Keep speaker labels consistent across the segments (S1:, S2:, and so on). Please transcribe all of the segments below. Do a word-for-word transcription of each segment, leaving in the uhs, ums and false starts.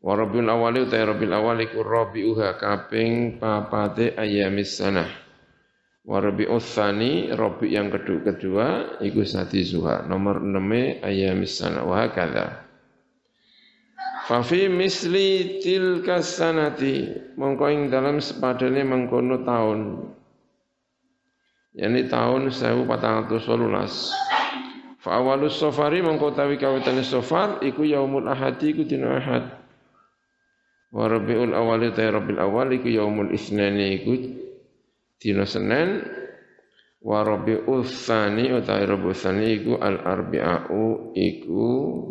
S1: Wa Rabiul Awwal uta Rabiul Awwal iku rabiuha kaping papate ayamis sanah. Wa Rabiul Tsani Rabi yang kedua kedua iku sadisuha nomor enam ayamis sanah wa hakadha. Fa fi misli tilka sanati mongko ing dalam sepadane mengkono taun. Yani tahun seribu empat ratus delapan belas. Fa awalus safari mongko tawi kawitane safar iku yaumul ahadi iku dina ahad. Wa rabiul awal ta rabiul awal iku yaumul isnani iku dina Senin. Wa rabiul tsani ta rabiul tsani iku al arbi'u iku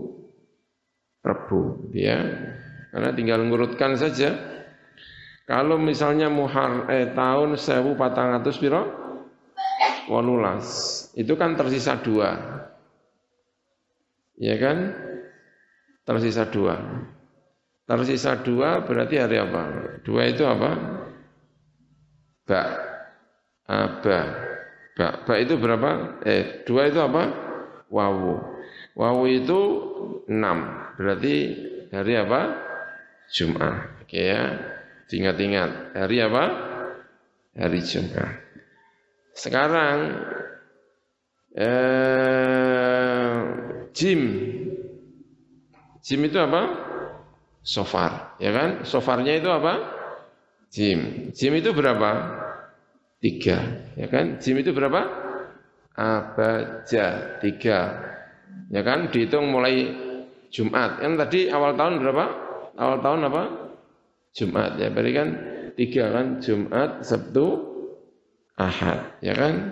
S1: Rebu ya. Karena tinggal ngurutkan saja. Kalau misalnya Muhar eh tahun seribu empat ratus piro? Wanulas itu kan tersisa dua, ya kan? Tersisa dua, tersisa dua berarti hari apa? Dua itu apa? Ba, aba, ba, ba itu berapa? Eh, dua itu apa? Wawu, wawu itu enam, berarti hari apa? Jumat, oke ya? Ingat-ingat hari apa? Hari Jumat. Sekarang eh, jim, jim itu apa? Sofar, ya kan? Sofarnya itu apa? Jim, jim itu berapa? Tiga, ya kan? Jim itu berapa? Abaja, tiga, ya kan? Dihitung mulai Jumat. Kan tadi awal tahun berapa? Awal tahun apa? Jumat, ya berarti kan tiga kan? Jumat, Sabtu, Ahad, ya kan?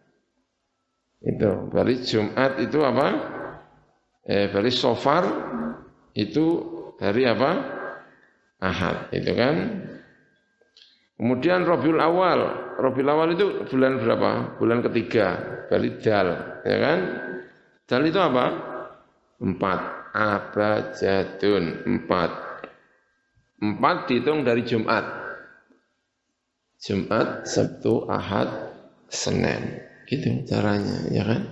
S1: Itu berarti Jumat itu apa? Eh, berarti Sofar itu hari apa? Ahad, itu kan? Kemudian Rabiul Awal, Rabiul Awal itu bulan berapa? Bulan ketiga, berarti Dal, ya kan? Dal itu apa? Empat, abajadun, empat. Empat dihitung dari Jumat. Jumat, Sabtu, Ahad, Senin. Gitu caranya, ya kan?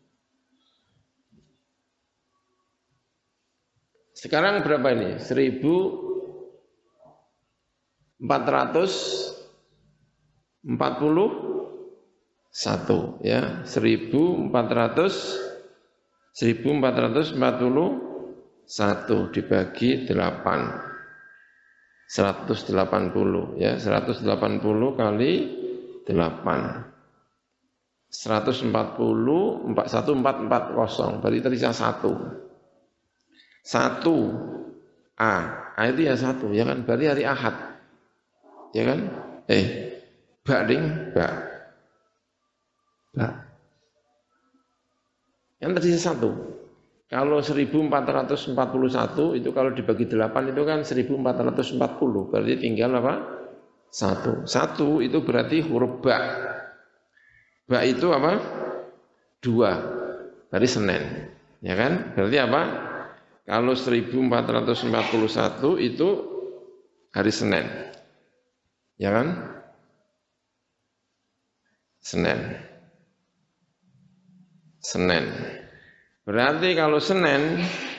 S1: Sekarang berapa ini? seribu empat ratus empat puluh satu, ya. seribu empat ratus seribu empat ratus empat puluh satu dibagi delapan. seratus delapan puluh ya, seratus delapan puluh kali delapan. seratus empat puluh satu empat empat nol berarti tersisa satu. satu A, A itu ya satu, ya kan? Berarti hari Ahad. Ya kan? Eh, ba ding, ba. Ba. Yang tersisa satu. Kalau seribu empat ratus empat puluh satu itu kalau dibagi delapan itu kan seribu empat ratus empat puluh. Berarti tinggal apa? Satu. Satu itu berarti huruf ba. Ba itu apa? Dua. Berarti Senin. Ya kan? Berarti apa? Kalau seribu empat ratus empat puluh satu itu hari Senin. Ya kan? Senin. Senin. Berarti kalau Senin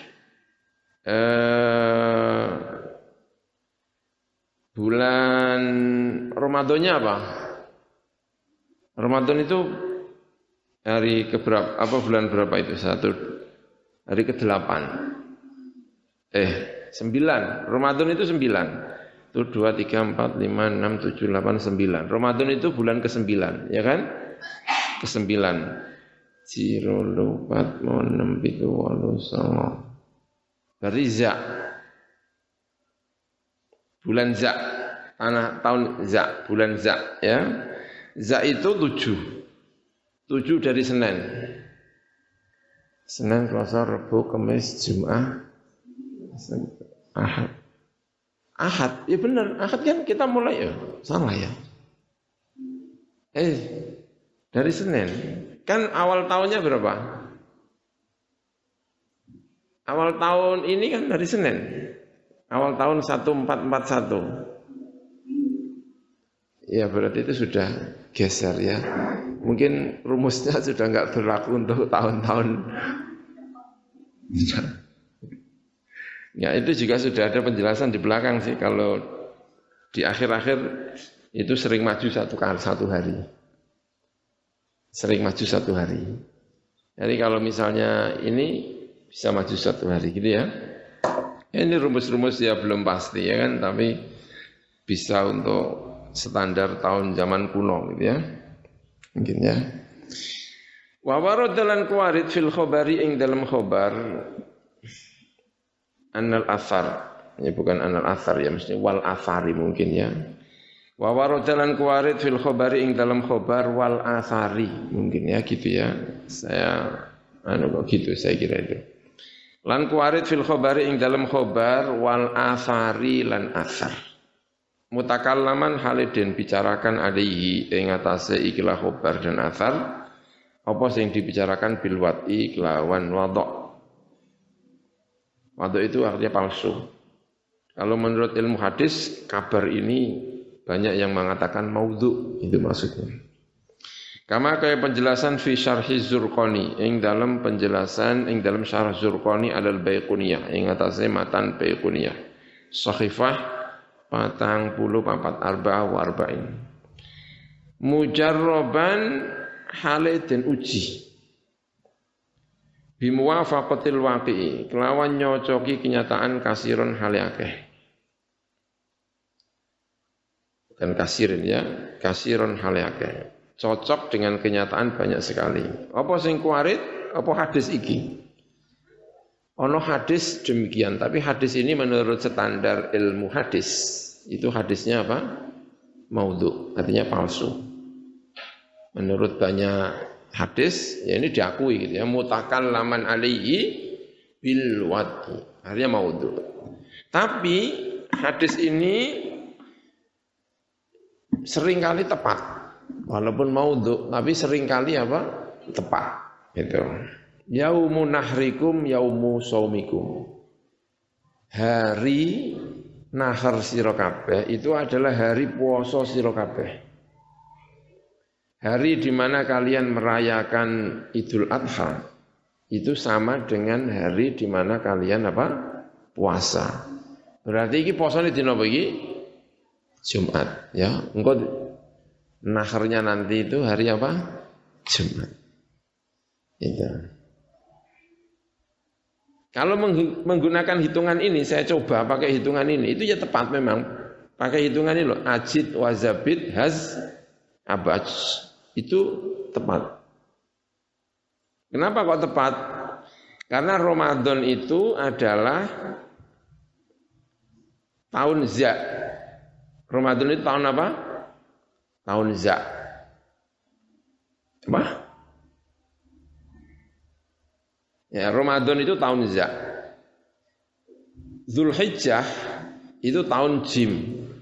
S1: eh, bulan Ramadannya apa? Ramadan itu hari keberapa? Apa bulan berapa itu? Satu hari kedelapan. Eh, sembilan. Ramadan itu sembilan. Itu dua, tiga, empat, lima, enam, tujuh, delapan, sembilan. Ramadan itu bulan kesembilan, ya kan? Kesembilan. Ziro lupat monem pitu walu songo. Berarti za. Bulan za. Tanah tahun za. Bulan za. Ya. Za itu tujuh. Tujuh dari Senin. Senin, Selasa, Rabu, Kamis, Jumat, Ahad. Ahad. Ya benar. Ahad kan kita mulai ya. Salah ya. Eh. Dari Senin. Kan awal tahunnya berapa? Awal tahun ini kan dari Senin. Awal tahun seribu empat ratus empat puluh satu. Ya berarti itu sudah geser ya. Mungkin rumusnya sudah enggak berlaku untuk tahun-tahun. Ya itu juga sudah ada penjelasan di belakang sih. Kalau di akhir-akhir itu sering maju satu kali satu hari. Sering maju satu hari. Jadi kalau misalnya ini bisa maju satu hari gitu ya. Ini rumus-rumus ya belum pasti ya kan, tapi bisa untuk standar tahun zaman kuno gitu ya. Mungkin ya. Wa waradalan kuwarid fil khobari ing dalam khobar annal athar. Ini bukan annal athar ya, mesti wal athari mungkin ya. Wa waradalan kuwarid fil khobari ing dalam khobar wal athari mungkin ya gitu ya. Saya anu kok gitu saya kira itu. Lan kuwarid fil khobari ing dalam khobar wal athari lan athar. Mutakallaman halidin bicarakan alaihi ing atase ikilah khobar dan athar. Apa yang dibicarakan bil wat'i kelawan wadok. Wadok itu artinya palsu. Kalau menurut ilmu hadis, kabar ini banyak yang mengatakan maudhu, itu maksudnya. Kama kayak penjelasan fi syarhi Zurqani, ing dalam penjelasan ing dalam syarah Zurqani alal Baiquniyah, ing atase matan Baiquniyah. Sahifah patang puluh papat arba'ah wa arba'in. Mujarroban hale den uji bimuwafaqatil waqi'i kelawan nyocoki kenyataan kasiron hale akeh bukan kasirin ya kasiron hale akeh cocok dengan kenyataan banyak sekali apa sing kuwarit apa hadis iki ono hadis demikian tapi hadis ini menurut standar ilmu hadis itu hadisnya apa maudhu artinya palsu. Menurut banyak hadis, ya ini diakui gitu ya, mutakallaman alaihi bil wad'i, artinya maudhu. Tapi hadis ini seringkali tepat, walaupun maudhu, tapi seringkali apa? Tepat, gitu. Yaumu nahrikum, yaumu saumikum. Hari nahar sira kabeh itu adalah hari puasa sira kabeh. Hari di mana kalian merayakan Idul Adha itu sama dengan hari di mana kalian apa? Puasa. Berarti ini puasa ini dina apa iki? Jumat, ya. Engko naharnya nanti itu hari apa? Jumat. Itu. Kalau menggunakan hitungan ini, saya coba pakai hitungan ini, itu ya tepat memang. Pakai hitungan ini loh, ajid wazabid haz abaj. Itu tepat. Kenapa kok tepat? Karena Ramadan itu adalah tahun Za. Ramadan itu tahun apa? Tahun Za. Apa? Ya, Ramadan itu tahun Za. Zulhijjah itu tahun Jim.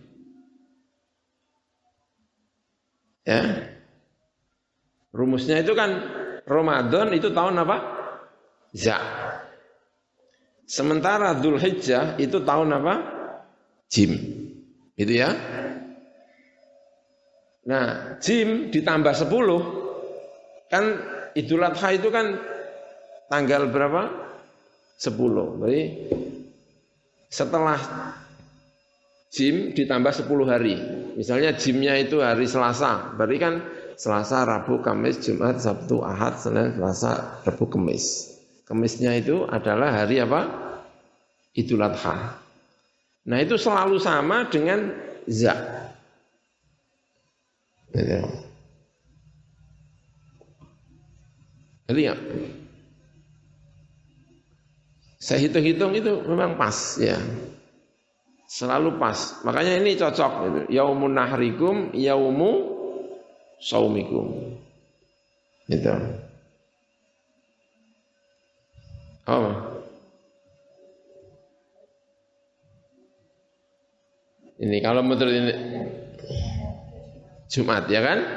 S1: Ya. Rumusnya itu kan Ramadan itu tahun apa? Za. Sementara Dzulhijjah itu tahun apa? Jim. Gitu ya. Nah, Jim ditambah sepuluh kan Idul Adha itu kan tanggal berapa? sepuluh. Berarti setelah Jim ditambah sepuluh hari. Misalnya Jimnya itu hari Selasa, berarti kan Selasa, Rabu, Kamis, Jumat, Sabtu, Ahad, Senin, Selasa, Rabu, Kamis. Kamisnya itu adalah hari apa? Idul Adha. Nah itu selalu sama dengan Za. Jadi ya, saya hitung-hitung itu memang pas ya. Selalu pas. Makanya ini cocok gitu. Yaumun nahrikum, yaumu saumikum. Gitu. Oh. Ini kalau menurut ini Jumat ya kan?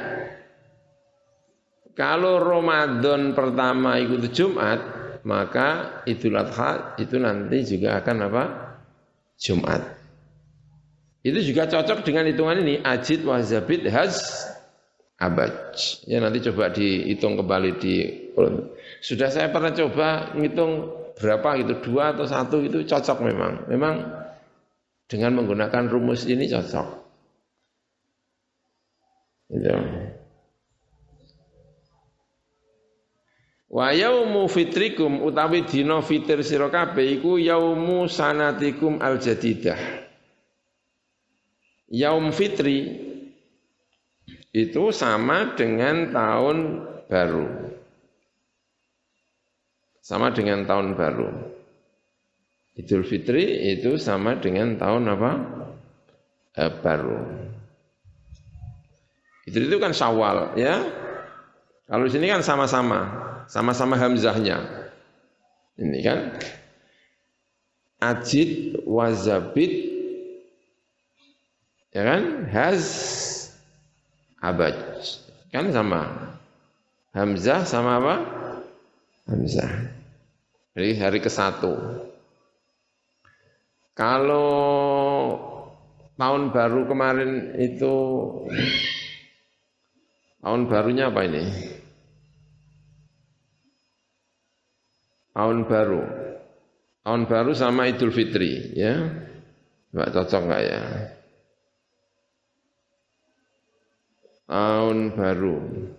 S1: Kalau Ramadan pertama ikut Jumat, maka Idul Adha itu nanti juga akan apa? Jumat. Itu juga cocok dengan hitungan ini ajid wazabid haz abaj. Ya nanti coba dihitung kembali di. Sudah saya pernah coba ngitung berapa gitu, dua atau satu itu cocok memang. Memang dengan menggunakan rumus ini cocok. Gitu. Wa yaumu fitrikum utawi dina fitr sira kabeh iku yaumu sanatikum al-jadidah. Yaum fitri itu sama dengan tahun baru. Sama dengan tahun baru. Idul Fitri itu sama dengan tahun apa? Eh, baru. Idul itu kan Syawal, ya. Kalau di sini kan sama-sama, sama-sama hamzahnya. Ini kan ajid wazabit, ya kan? Haz abaj, kan sama. Hamzah sama apa? Hamzah. Jadi hari ke satu. Kalau tahun baru kemarin itu, tahun barunya apa ini? Tahun baru. Tahun baru sama Idul Fitri, ya. Enggak cocok enggak ya? Tahun baru.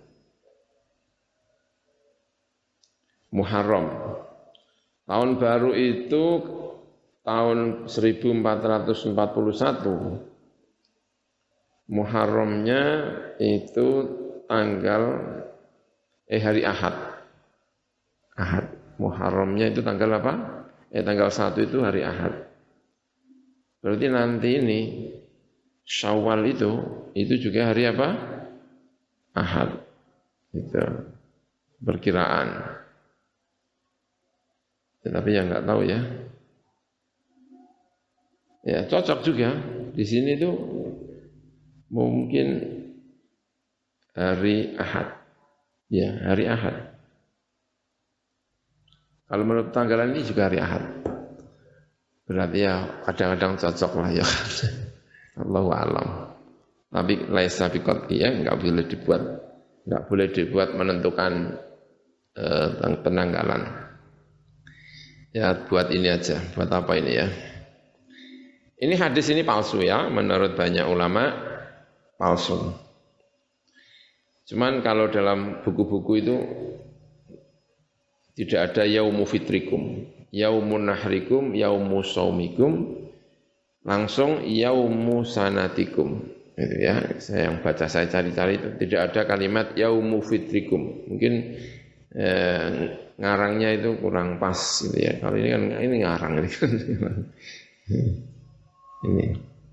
S1: Muharram. Tahun baru itu tahun seribu empat ratus empat puluh satu. Muharramnya itu tanggal eh hari Ahad. Ahad. Muharramnya itu tanggal apa? Eh tanggal satu itu hari Ahad. Berarti nanti ini Syawal itu itu juga hari apa? Ahad. Itu perkiraan. Tapi yang enggak tahu ya. Ya cocok juga. Di sini tuh mungkin hari Ahad. Ya, hari Ahad. Kalau menurut tanggalan ini juga hari Ahad. Berarti ya kadang-kadang cocok lah ya. Allahu a'lam. Tapi laisa biqat'i ya enggak boleh dibuat enggak boleh dibuat menentukan eh, penanggalan. Ya buat ini aja, buat apa ini ya. Ini hadis ini palsu ya, menurut banyak ulama palsu. Cuman kalau dalam buku-buku itu tidak ada yaumu fitrikum, yaumun nahrikum, yaumu saumikum, langsung yaumu sanatikum. Itu ya, saya yang baca saya cari-cari itu tidak ada kalimat yaumu fitrikum. Mungkin eh, ngarangnya itu kurang pas gitu ya. Kalau ini kan ini ngarang ini kan. Ini.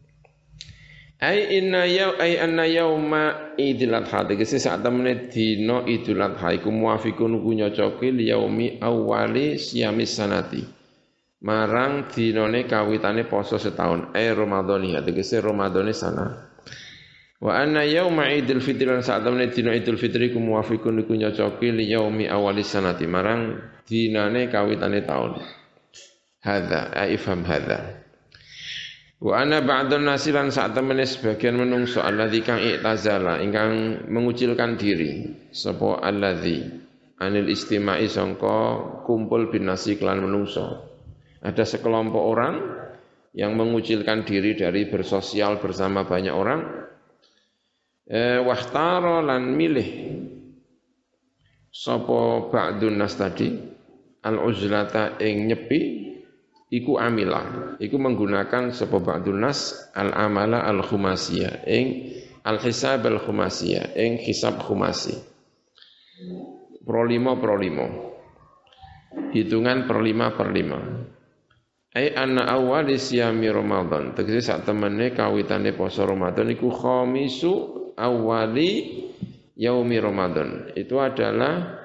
S1: Ai inna yaw ai anna yauma Idul Adha tegese sak temene dina Idul Adha iku muafiqun ku nyocoke liyaumi awali siyamis sanati. Marang dinane kawitane poso setahun, ai Ramadhani tegese Ramadhane sana. Wa anna yauma Idul Fitri lan sak temene dina Idul Fitri ku muafiqun ku nyocoke liyaumi awali sanati marang dinane kawitane taun. Hadza ai faham hadza. Wa ana ba'dun nasilan saat temene sebagian menungso alladzi kang i'tazala ingkang mengucilkan diri sapa alladzi anil istima'i sangka kumpul binasi kelan menungso. Ada sekelompok orang yang mengucilkan diri dari bersosial bersama banyak orang. Eh wahtara lan milih sapa ba'dun nas tadi al-uzlata ing nyepi iku amilah, iku menggunakan sapa ba'dun nas al-amala al-khumasiyah, ing al-hisab al-khumasiyah, ing hisab khumasi. Pro lima pro lima. Hitungan per lima per lima. Ai anna awwali siyami Ramadan, tegese sak temene kawitane poso Ramadan iku khamisu awwali yaumi Ramadan. Itu adalah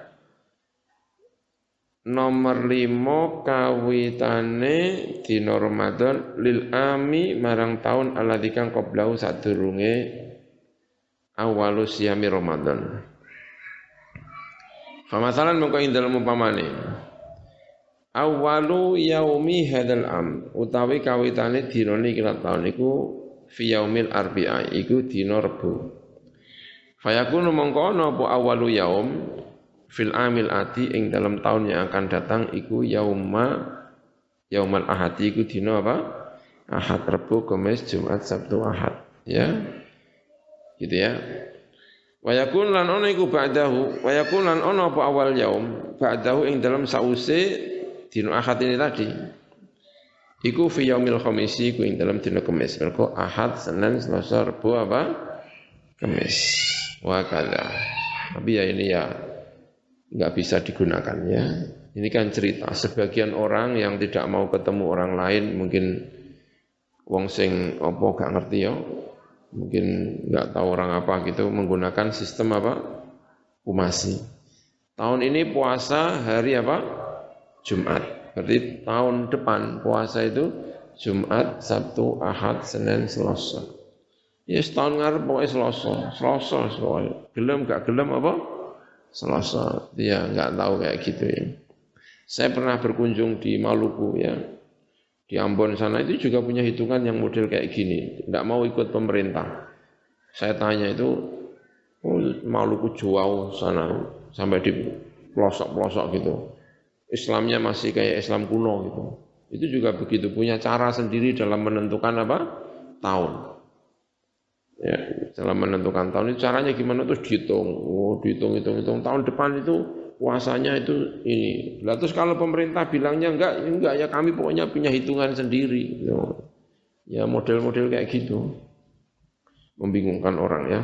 S1: nomor lima kawitane dina Ramadan lil ami marang taun alladzi kang qablahu sadurunge awalus siyami Ramadan. Famasalan mongko ing dalem umpamane awalu yaumi hadzal am utawi kawitane dina iki lan taun iku fi yaumil arbi'a iku dina Rebo. Fayakunu mongkono apa awalu yaum fil amil ati ing dalam tahun yang akan datang iku yauma yaumal ahad iku dina apa? Ahad, Rabu, Kamis, Jumat, Sabtu, Ahad. Ya. Gitu ya. Wa yakun lan ono iku ba'dahu, wa yakun lan ono apa awal yaum ba'dahu ing dalam sause dina Ahad ini tadi. Iku fi yaumil khamisi iku ing dalam dina Kamis. Mergo Ahad, Senin, Selasa, Rabu apa? Kamis. Wa kadza. Tapi ya ini ya enggak bisa digunakan ya. Ini kan cerita sebagian orang yang tidak mau ketemu orang lain, mungkin wong sing apa gak ngerti ya, mungkin nggak tahu orang apa gitu, menggunakan sistem apa? Umasi. Tahun ini puasa hari apa? Jumat. Berarti tahun depan puasa itu Jumat, Sabtu, Ahad, Senin, Selasa. Ya setahun ngarep pokoknya Selasa, Selasa, Selasa. Gelem gak gelem apa? Selasa. Dia nggak tahu kayak gitu ya. Saya pernah berkunjung di Maluku ya. Di Ambon sana itu juga punya hitungan yang model kayak gini. Tidak mau ikut pemerintah. Saya tanya itu, oh, Maluku jauh sana, sampai di pelosok-pelosok gitu. Islamnya masih kayak Islam kuno gitu. Itu juga begitu, punya cara sendiri dalam menentukan apa? Tahun. Ya, dalam menentukan tahun itu caranya gimana tuh dihitung. Oh, dihitung, hitung, hitung. Tahun depan itu puasanya itu ini. Lah terus kalau pemerintah bilangnya enggak, enggak ya kami pokoknya punya hitungan sendiri. Gitu. Ya model-model kayak gitu. Membingungkan orang ya.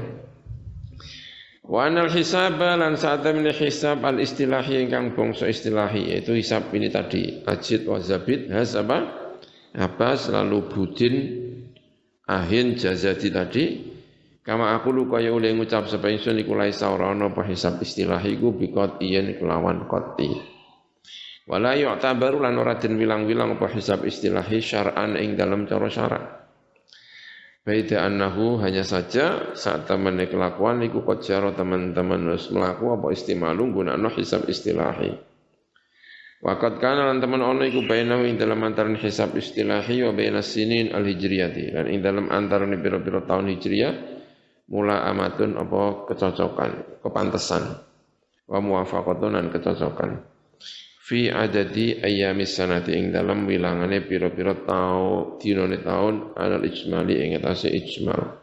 S1: Wa anal hisab lan sa'ata min hisab al istilahi ingkang bangsa istilahi yaitu hisab ini tadi ajid wa zabid has apa? Apa selalu budin ahin jazati tadi. Kama aku lu kaya oleh ngucap sapa ingsun iku laisa ora ana apa hisab istilahi iku bikot iyen kelawan qati. Wala yu'tabaru lan ora den wilang-wilang apa hisab istilahi syar'an ing dalam cara syarak. Baida annahu hanya saja saat temene kelakuan iku qajaro teman-teman wis mlaku apa istimalu gunakno hisab istilahi. Waqad kana lan teman ono iku bainahu ing dalam antaran hisab istilahi wa bainas sinin al-hijriyati lan ing dalam antaran pira-pira tahun hijriyah mula amatun apa kecocokan, kepantesan wa muwafaqatun lan kecocokan fi adadi ayyamis sanati ing dalam wilangane pira-pira tau dinane taun alal ijmali ing atase ijmal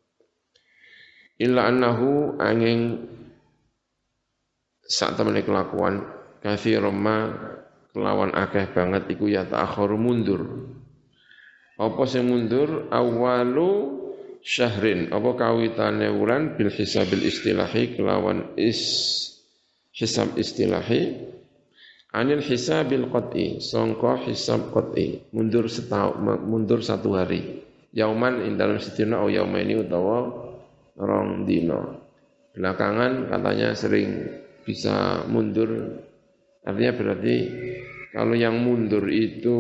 S1: illa annahu angin sak temene kelakuan kafirum ma kelawan akeh banget iku ya ta'akhir mundur apa sing mundur awalu syahrin apa kawitane wulan bil hisabil istilahi kelawan is hisab istilahi anil hisabil qat'i sangka hisab qat'i mundur setahun mundur satu hari yauman ing dalam sedina au yaumaini utawa rong dina belakangan katanya sering bisa mundur artinya berarti kalau yang mundur itu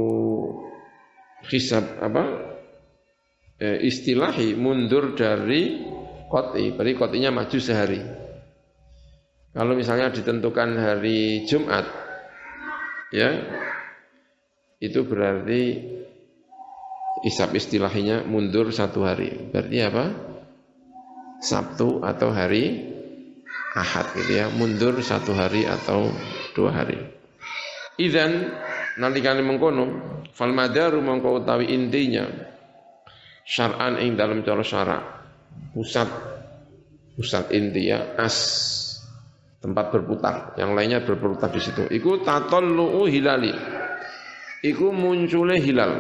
S1: hisab apa istilahi mundur dari qat'i, berarti qat'inya maju sehari. Kalau misalnya ditentukan hari Jumat, ya, itu berarti hisab istilahinya mundur satu hari. Berarti apa? Sabtu atau hari Ahad gitu ya, mundur satu hari atau dua hari. Idzan nalikane mengkono, fal madaru mongko utawi intinya syar'an ing dalam cara syarak pusat pusat inti ya as tempat berputar yang lainnya berputar di situ iku tatallu hilali iku muncule hilal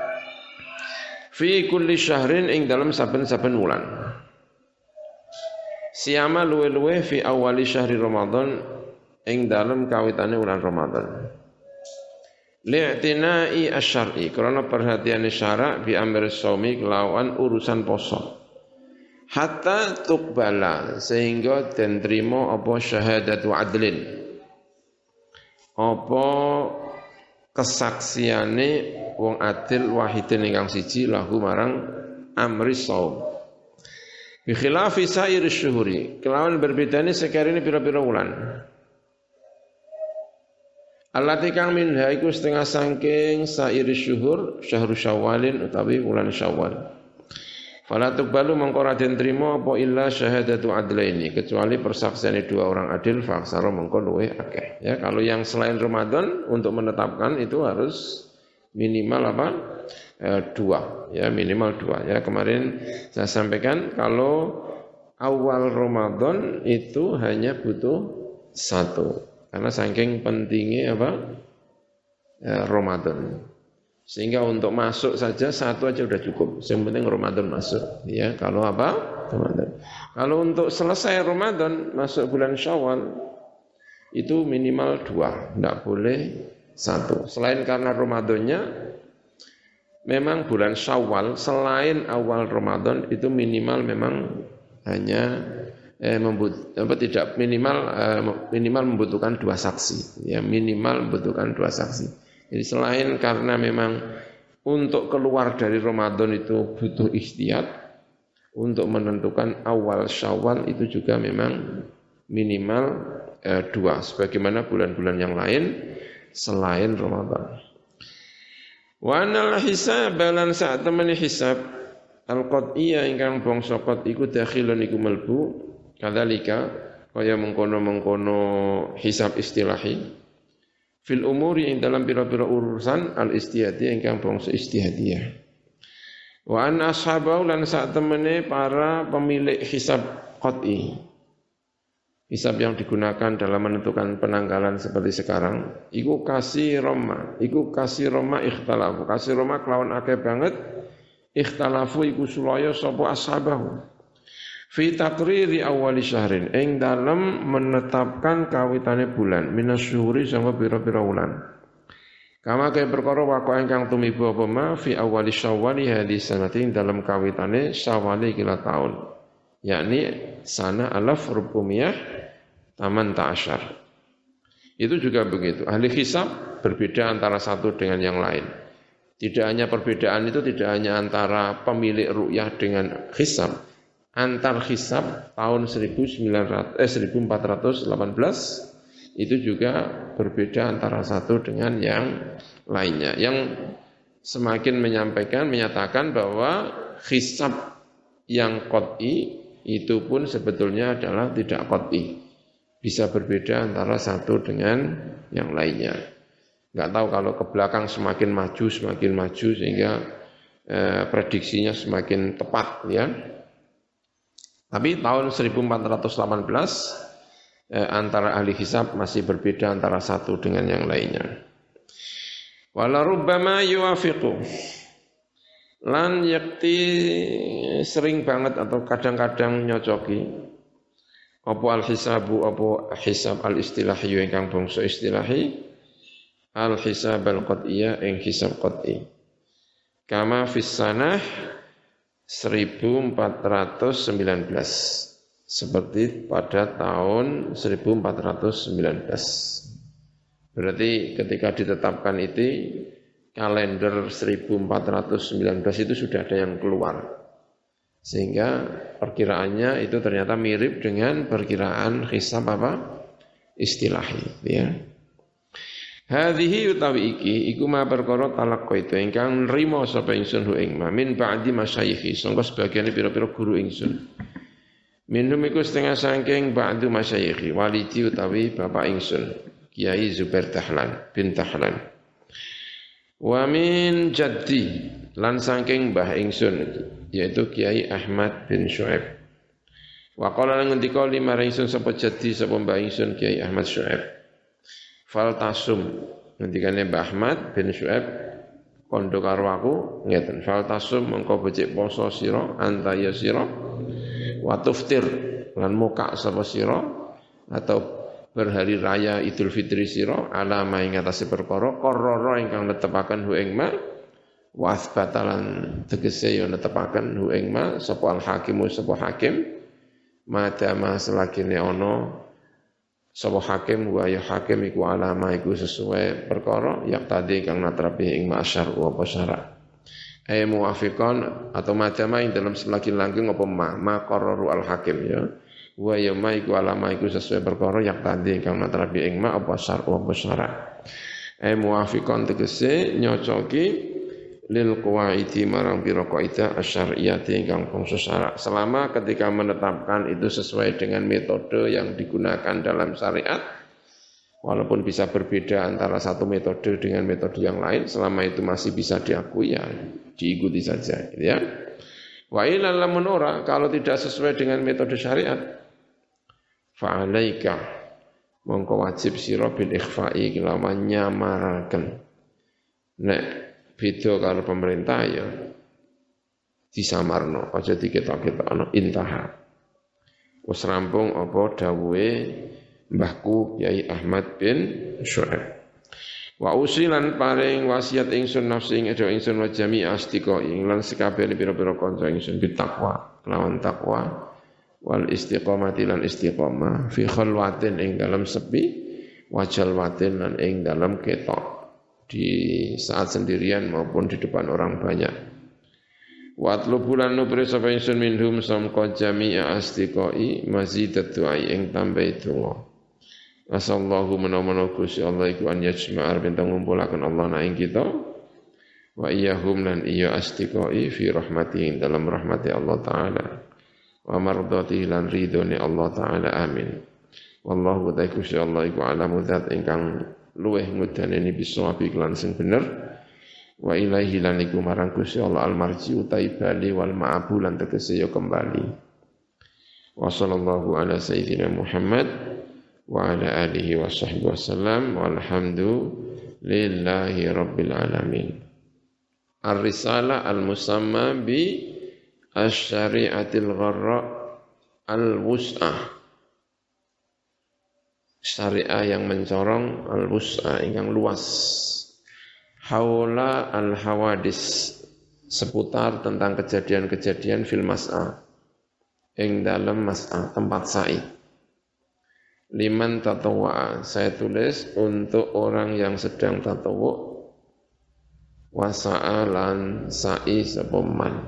S1: fi kulli syahrin ing dalam saben-saben wulan siyama luwe-luwe fi awali syahri Ramadan ing dalam kawitane wulan Ramadan li'tinai asy-syar'i karena perhatian syarak bi amr shaumi kelawan urusan poso hatta tuqbala sehingga den trimo apa syahadatu adlin apa kesaksiane wong adil wahidin ingkang siji lahu marang amri shaum bi khilafi sair syuhuri kelawan berbedane sekarene pira-pira wulan allati kang minha iku setengah sangking sairi syuhur syahrul syawalin utawi wulan syawal Fala tuqbalu mongko ora den trima apa illa syahadatu adlaini, kecuali persaksiane dua orang adil faksara mongko luweh akeh. Ya, kalau yang selain Ramadan untuk menetapkan itu harus minimal apa? E, dua, ya minimal dua. Ya, kemarin saya sampaikan kalau awal Ramadan itu hanya butuh satu. Karena saking pentingnya apa? E, Ramadan. Sehingga untuk masuk saja satu aja udah cukup. Yang penting Ramadan masuk. Ya, kalau apa? Ramadan. Kalau untuk selesai Ramadan masuk bulan Syawal itu minimal dua, tidak boleh satu. Selain karena Ramadannya, memang bulan Syawal selain awal Ramadan itu minimal memang hanya eh, membut, apa, tidak minimal eh, minimal membutuhkan dua saksi. Ya, minimal membutuhkan dua saksi. Jadi selain karena memang untuk keluar dari Ramadan itu butuh ikhtiyat, untuk menentukan awal Syawal itu juga memang minimal eh, dua, sebagaimana bulan-bulan yang lain selain Ramadan. Wa anal hisab lan sak temene hisab al-qad'iyah ingkang bangsa qad iku dakhilun iku melbu kadzalika kaya mengkono-mengkono hisab istilahi fil umuri ing dalam pira-pira urusan al-istihadiyah ingkang bangsa istihadiyah. Wa an ashabau lan sak temene para pemilik hisab qat'i. Hisab yang digunakan dalam menentukan penanggalan seperti sekarang, iku kasih Roma, iku kasih Roma ikhtalafu, kasih Roma kelawan akeh banget ikhtalafu iku sulaya sapa ashabahu. Fi taqriri awali syahrin ing dalam menetapkan kawitane bulan minasyhuri sanga pira-pira wulan. Kama kaya perkara wako ingkang tumiba apa ma fi awali syawali hadis sanati dalam kawitane syawali kila tahun. Yakni sana alaf rubumiyah taman ta'asyar. Itu juga begitu. Ahli hisab berbeda antara satu dengan yang lain. Tidak hanya perbedaan itu tidak hanya antara pemilik ru'yah dengan hisab. Antar hisab tahun seribu empat ratus delapan belas itu juga berbeda antara satu dengan yang lainnya. Yang semakin menyampaikan, menyatakan bahwa hisab yang qat'i itu pun sebetulnya adalah tidak qat'i. Bisa berbeda antara satu dengan yang lainnya. Enggak tahu kalau ke belakang semakin maju, semakin maju sehingga eh, prediksinya semakin tepat ya. Tapi tahun seribu empat ratus delapan belas eh, antara ahli hisab masih berbeda antara satu dengan yang lainnya. Wala rubbama yuwafiqu. Lan yakti sering banget atau kadang-kadang nyocoki apa al-hisabu apa hisab al-istilahi ingkang bangsa istilahi al-hisab al-qat'iyah ing hisab qat'i. Kama fis sanah seribu empat ratus sembilan belas seperti pada tahun seribu empat ratus sembilan belas. Berarti ketika ditetapkan itu kalender seribu empat ratus sembilan belas itu sudah ada yang keluar. Sehingga perkiraannya itu ternyata mirip dengan perkiraan hisab apa? Istilahi, ya. Hadhihi utawi iki iku ma perkara talaqqa itu ingkang nrimo sapa ingsun hu ing ma min ba'di masyayikhi sangka sebagian pira-pira guru ingsun. Minhum iku setengah saking ba'du masyayikhi walidi utawi bapak ingsun Kiai Zubair Dahlan bin Dahlan. Wa min jaddi lan saking mbah ingsun yaitu Kiai Ahmad bin Syuaib. Wa qala lan ngendika lima ingsun sapa jaddi sapa mbah ingsun Kiai Ahmad Syuaib. Fal tasum ngendikane Mbah Ahmad bin Syuaib kondo karo aku ngeten fal tasum mengko becik poso sira antaya sira wa tuftir lan muka sapa sira atau berhari raya Idul Fitri sira ala ma ing atase perkara qarrara ingkang netepaken hu ing ma wa asbatalan tegese yo netepaken hu ing ma sapa al hakimu sapa hakim madama selagine ana sapa hakim wa ya hakim iku alama iku sesuai perkara yak tadi kang natrapi ing masyar wa pasara ay muwafiqan atau macam ing dalam selagi langgeng apa ma ma qararu al hakim ya wa ya ma iku alama iku sesuai perkara yak tadi kang natrapi ing ma apa syar wa pasara ay muwafiqan tegese nyocoki lil qawaidi marang pira kaidah asyariyati ingkang bangsa syarak selama ketika menetapkan itu sesuai dengan metode yang digunakan dalam syariat walaupun bisa berbeda antara satu metode dengan metode yang lain selama itu masih bisa diakui ya diikuti saja gitu ya wa ilal lamun ora kalau tidak sesuai dengan metode syariat fa alaika mongko wajib sira bil ikhfa'i kelawan nyamaraken nek beda karo pemerintah ya disamarno aja diketok-ketokno intaha wis rampung apa dawuhe mbahku Kyai Ahmad bin Syuaib wa usilan paring wasiat ingsun nafsi ing edo ingsun wa jami'a astiqai lan sekabehane pira-pira kanca ingsun bitakwa kelawan takwa wal istiqomati lan istiqomah fi khalwatin ing dalam sepi wajal watin lan ing dalam ketok di saat sendirian maupun di depan orang banyak. Watlu bulan nubri sapa ingsun minhum samqa jami'a astiqai mazidat du'ai ing tambah donga. Asallahu menawa Gusti Allah iku an yajma'ar bentang ngumpulaken Allah na ing kita wa iyyahum lan iya astiqai fi rahmatihi dalam rahmati Allah taala wa mardati lan ridhone Allah taala amin. Wallahu ta'ala Gusti Allah iku alamu dzat ingkang luweh ngudaneni bisawabi lan sing bener wa ilaihi lan iku marang Gusti Allah al-marji utai bali wal ma'abu lan tegese ya kembali wa sallallahu ala sayyidina Muhammad wa ala alihi wa sahbihi wasallam walhamdu lillahi rabbil alamin ar-risalah al-musamma bi asy-syari'atil gharra al-wus'ah syariah yang mencorong al-wus'a ingkang luas haula al-hawadis seputar tentang kejadian-kejadian fil mas'a ing dalam mas'a tempat sa'i liman tatawwa saya tulis untuk orang yang sedang tatawwu wasa'a lan sa'i sepeman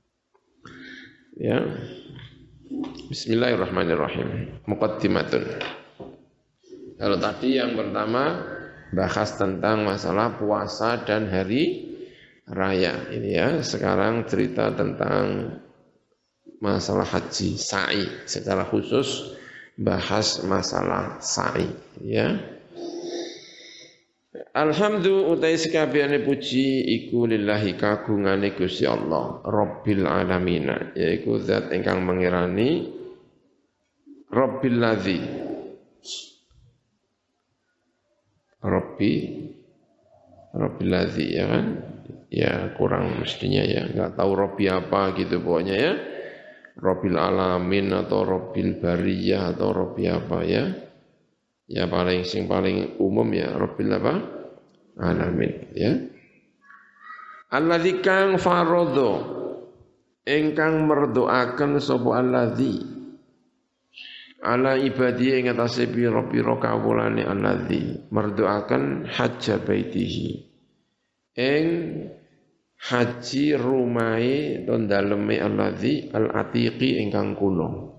S1: ya bismillahirrahmanirrahim muqaddimatun. Kalau tadi yang pertama bahas tentang masalah puasa dan hari raya ini ya. Sekarang cerita tentang masalah haji, sa'i. Secara khusus bahas masalah sa'i ya. Alhamdulillah utai sekabehane puji iku lillahi kagungane Gusti Allah Rabbil alamin yaiku zat ingkang mengirani Rabbil ladzi Rabbi Rabbil ladzi ya kan ya kurang mestinya ya enggak tahu Rabbi apa gitu pokoknya ya Rabbil alamin atau Rabbil bariyah atau Rabbi apa ya ya paling sing paling umum ya Rabbil apa alamin ya alladzi kang faradha ingkang merdoaken sapa alladzi ala ibadi ing atase pira-pira kawulane alladzi merdoaken hajja baitihi ing haji rumahe to daleme alladzi al-atiqi ingkang kula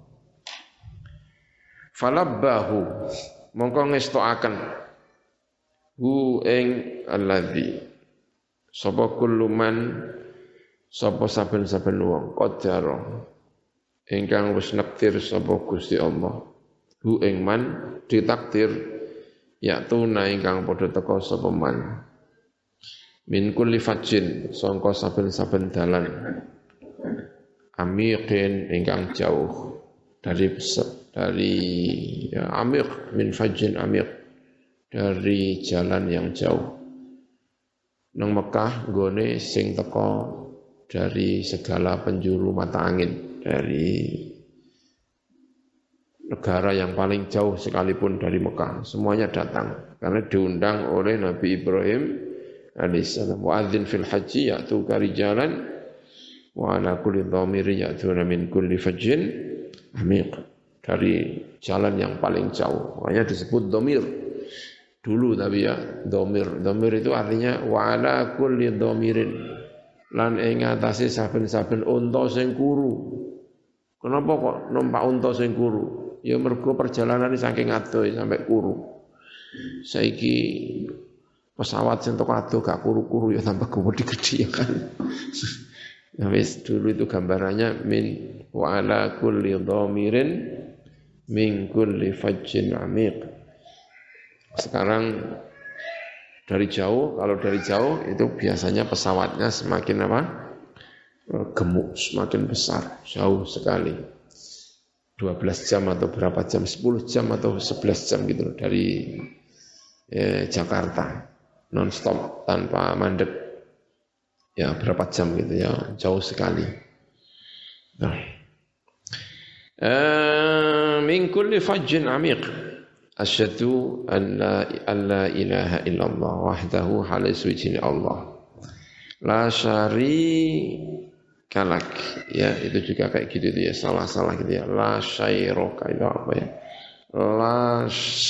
S1: falabbahu mongko ngestokaken hu ing alladzi sapa kulluman sapa saben-saben wong qadara ingkang wis nektir sapa Gusti Allah hu ing man ditakdir yaktuna ingkang padha teka sapa man min kulli fajjin sangka saben-saben dalan amiqin ingkang jauh dari dari ya, amiq min fajjin amiq dari jalan yang jauh nang Mekah nggone sing teka dari segala penjuru mata angin dari negara yang paling jauh sekalipun dari Mekah semuanya datang karena diundang oleh Nabi Ibrahim alaihissalam wa adzin fil haji ya'tu karijalan wa ala kulli dhamiri ya'tuna min kulli fajjin amiq dari jalan yang paling jauh makanya disebut dhamir dulu tapi ya dhamir dhamir itu artinya wa ala kulli dhamirin lan ing atase saben-saben unta sing kuru. Kenapa kok numpak unta sing kuru? Ya mergo perjalanane saking adoh sampai kuru. Saiki pesawat sing teko ado gak kuru-kuru ya tambah gede ya kan. Ya wis dulu itu gambarannya min wa ala kulli dhamirin min kulli fajjin amiq. Sekarang dari jauh, kalau dari jauh itu biasanya pesawatnya semakin apa? Gemuk, semakin besar, jauh sekali. dua belas jam atau berapa jam, sepuluh jam atau sebelas jam gitu loh, dari eh, Jakarta non-stop tanpa mandek. Ya berapa jam gitu ya, jauh sekali. Nah. Eh, min kulli fajjin amiq. Asyhadu an la, an la ilaha illallah wahdahu halal suci Allah. La syarika lak. Ya, itu juga kayak gitu itu ya, salah-salah gitu ya. La syairoka itu apa ya? La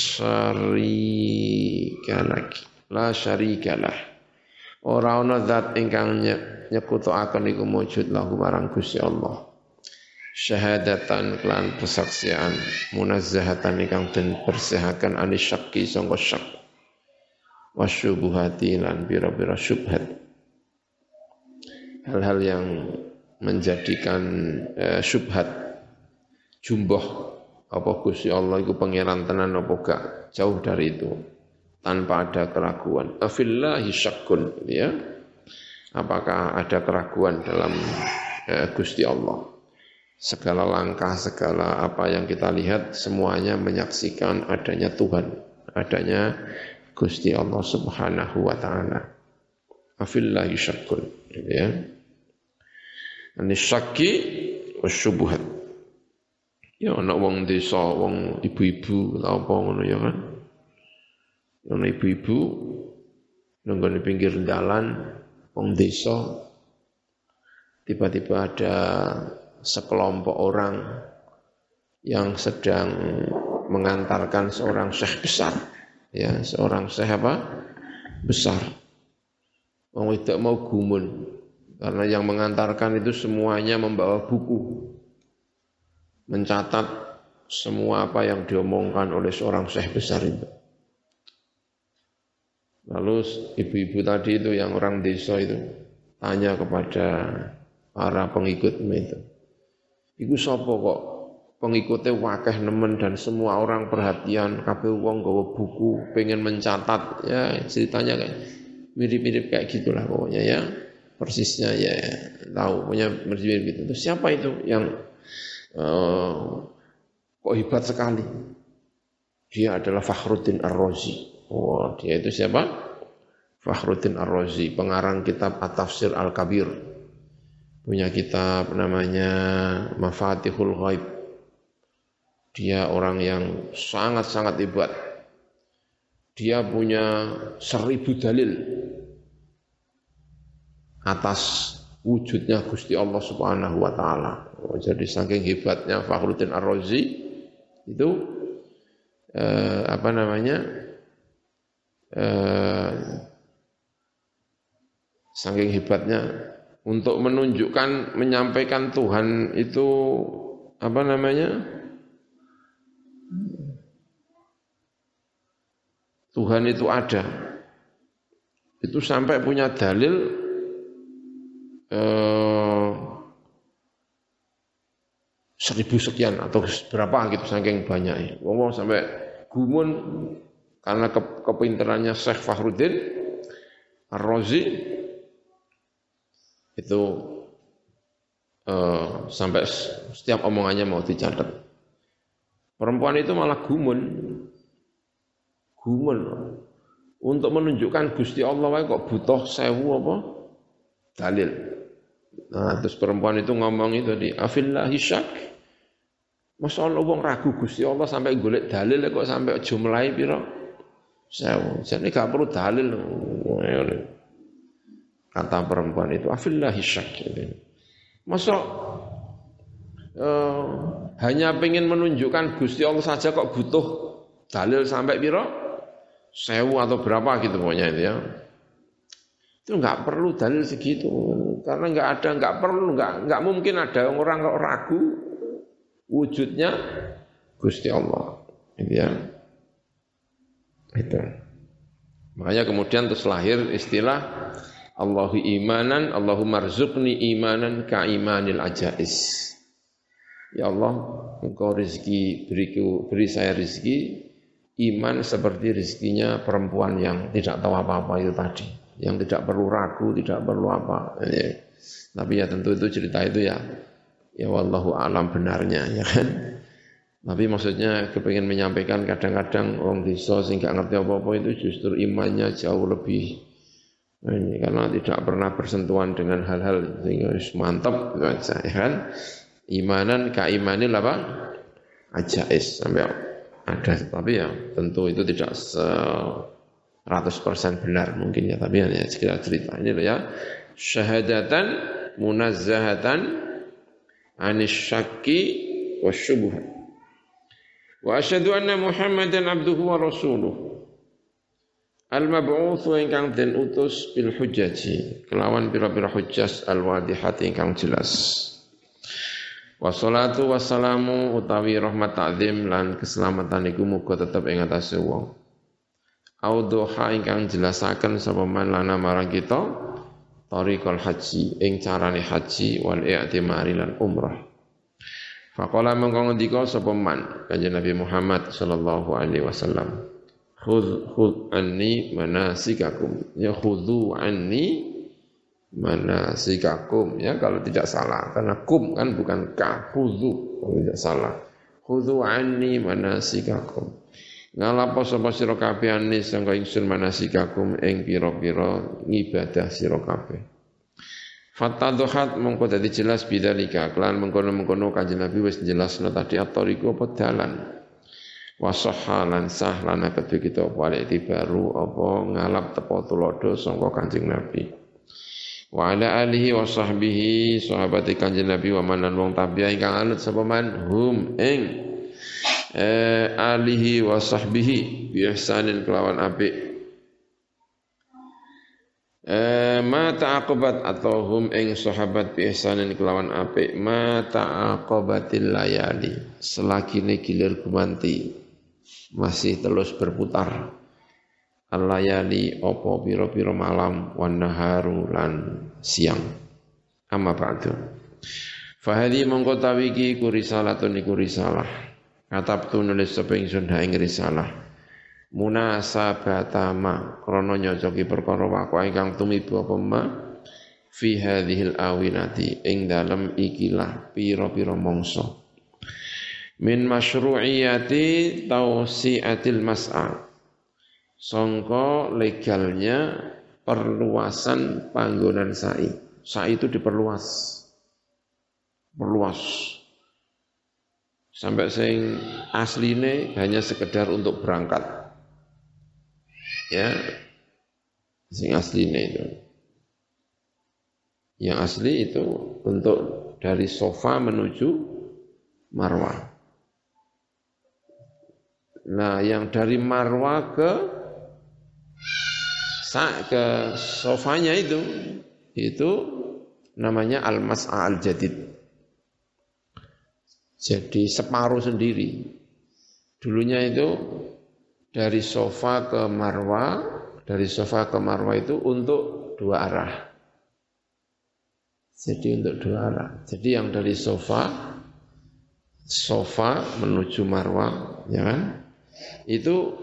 S1: syarika lak. La syarika lah. Ora ana zat ingkang nyekutuaken iku wujud lahu marang Gusti Allah. Syahadatan kelan persaksian, munazzahatan ingkang den bersihaken anis syakki sangka syak. Wasyubuhati lan pira-pira syubhat. Hal-hal yang menjadikan eh, syubhat jumboh apa Gusti Allah iku pangeran tenan apa gak, jauh dari itu. Tanpa ada keraguan. Afillahi syakkun, ya. Apakah ada keraguan dalam eh, Gusti Allah? Segala langkah, segala apa yang kita lihat semuanya menyaksikan adanya Tuhan, adanya Gusti Allah Subhanahu wa taala. Afillahi syakkun, ya. Ini syakki wasyubuhat. Ya ana wong desa, wong ibu-ibu apa ngono ya kan. Ana ibu-ibu nang pinggir dalan wong desa, tiba-tiba ada sekelompok orang yang sedang mengantarkan seorang syekh besar, ya seorang syekh apa besar. Wong tidak mau gumun karena yang mengantarkan itu semuanya membawa buku, mencatat semua apa yang diomongkan oleh seorang syekh besar itu. Lalu ibu-ibu tadi itu yang orang desa itu tanya kepada para pengikutnya itu, iku sapa kok pengikutnya wakeh nemen dan semua orang perhatian, kabeh wong gawa buku, pengen mencatat, ya ceritanya kayak mirip-mirip kayak gitulah pokoknya ya, persisnya ya, tahu punya mirip gitu. Terus siapa itu yang uh, kok hebat sekali? Dia adalah Fakhruddin Ar-Razi. Oh, dia itu siapa? Fakhruddin Ar-Razi, pengarang kitab At-Tafsir Al-Kabir. Punya kitab namanya Mafatihul Ghaib. Dia orang yang sangat-sangat hebat. Dia punya seribu dalil atas wujudnya Gusti Allah Subhanahu wa taala. Oh, jadi saking hebatnya Fakhruddin Ar-Razi itu eh, apa namanya? Eh, saking hebatnya untuk menunjukkan, menyampaikan Tuhan itu apa namanya? Tuhan itu ada. Itu sampai punya dalil eh, seribu sekian atau berapa gitu saking banyaknya. Ngomong sampai gumun karena ke, kepintarannya Syekh Fakhruddin Ar-Razi itu uh, sampai setiap omongannya mau dicatat. Perempuan itu malah gumun, gumun untuk menunjukkan Gusti Allah kok butuh sewu apa dalil. Nah, terus perempuan itu ngomong itu di afillahi syak. Masa Allah wong ragu Gusti Allah sampai golek dalil kok sampai jumlahi pira? Sewu. Jadi gak perlu dalil. Kata perempuan itu afillahi syak. Masa uh, hanya pengen menunjukkan Gusti Allah saja kok butuh dalil sampai pira? Sewu atau berapa gitu pokoknya itu ya. Itu enggak perlu dalil segitu karena enggak ada, enggak perlu, enggak enggak mungkin ada orang kok ragu wujudnya Gusti Allah. Gitu ya. Itu. Makanya kemudian terus lahir istilah Allahu imanan, Allahumma rzuqni imanan ka imanil ajais. Ya Allah, Engkau rezeki, beriku, beri saya rezeki iman seperti rezekinya perempuan yang tidak tahu apa-apa itu tadi, yang tidak perlu ragu, tidak perlu apa. Ya. Tapi ya tentu itu cerita itu ya, ya wallahu alam benarnya, ya kan. Tapi maksudnya kepingin menyampaikan kadang-kadang orang desa sing gak ngerti apa-apa itu justru imannya jauh lebih ini, karena tidak pernah bersentuhan dengan hal-hal sehingga mantap ya kan. Imanan ka imanil apa? Ajais sampai ada, tapi ya tentu itu tidak seratus persen benar mungkin ya, tapi hanya sekedar cerita ini loh ya. Syahadatan munazzahatan anis syakki wasyubuhat. Wa asyhadu anna Muhammadan abduhu wa rasuluh. Al-mab'utsu ingkang den utus bil hujjaji kelawan pira-pira hujjas al-wadihati ingkang jelas. Wassalatu wassalamu utawi rahmat ta'zim lan keselamatan iku muga tetep ing atase wong. Audhoha ingkang jelasaken sapa man lana marang kita tariqal haji ing carane haji wal i'timari lan umrah. Faqala mengko ngendika sapa man Kanjeng Nabi Muhammad sallallahu alaihi wasallam. Khudh khudh anni manasikakum. Ya khudhu anni manasikakum, ya kalau tidak salah, karena kum kan bukan ka, khudhu kalau tidak salah. Khudhu anni manasikakum. Ngalapo sapa sira kabeh anni sangka ingsun manasikakum ing pira-pira ngibadah sira kabeh. Fatadhuhat mongko dadi jelas bidzalika, kelan mengkono-mengkono Kanjeng Nabi wis jelasno tadi at-thariqu apa dalan. Wa sahhalan sah lan kedhe kita balik tibaru apa ngalap tepo tulodo sangka Kanjeng Nabi. Wa ala alihi wa sahbihi sahabati Kanjeng Nabi wa manan wong tabi'ah ingkang anut sapa man hum ing eh, alihi wa sahbihi bi ihsanin kelawan apik eh, ma ta'aqabat atau hum ing sahabat bi ihsanin kelawan apik ma ta'aqabatil layali selagine gilir gumanti masih terus berputar al-layali opo piro-piro malam wan naharu lan siang. Amma ba'du. Fahadi mongko tawiki ku risalatun iku risalah. Katabtu nulis sapa ingsun ha ing risalah. Munasabatama krana nyocoki perkara waku ingkang tumiba apa ma fi hadhil awinati ing dalem ikilah piro-piro mangsa. Min masyru'iyati tausiatil mas'a. Sangka legalnya perluasan panggonan sa'i. Sa'i itu diperluas. Perluas. Sampai sing asline hanya sekedar untuk berangkat. Ya. Sing asline itu. Yang asli itu untuk dari Sofa menuju Marwah. Nah, yang dari Marwah ke ke sofanya itu itu namanya al-mas'a al-jadid. Jadi separuh sendiri. Dulunya itu dari sofa ke Marwah, dari sofa ke Marwah itu untuk dua arah. Jadi untuk dua arah. Jadi yang dari sofa sofa menuju Marwah, ya kan? Itu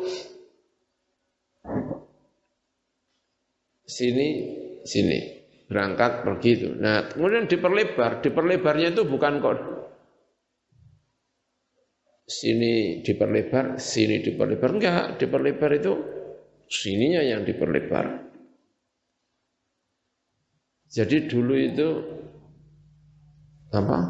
S1: sini, sini, berangkat pergi itu. Nah, kemudian diperlebar, diperlebarnya itu bukan kok sini diperlebar, sini diperlebar, enggak, diperlebar itu sininya yang diperlebar. Jadi dulu itu apa?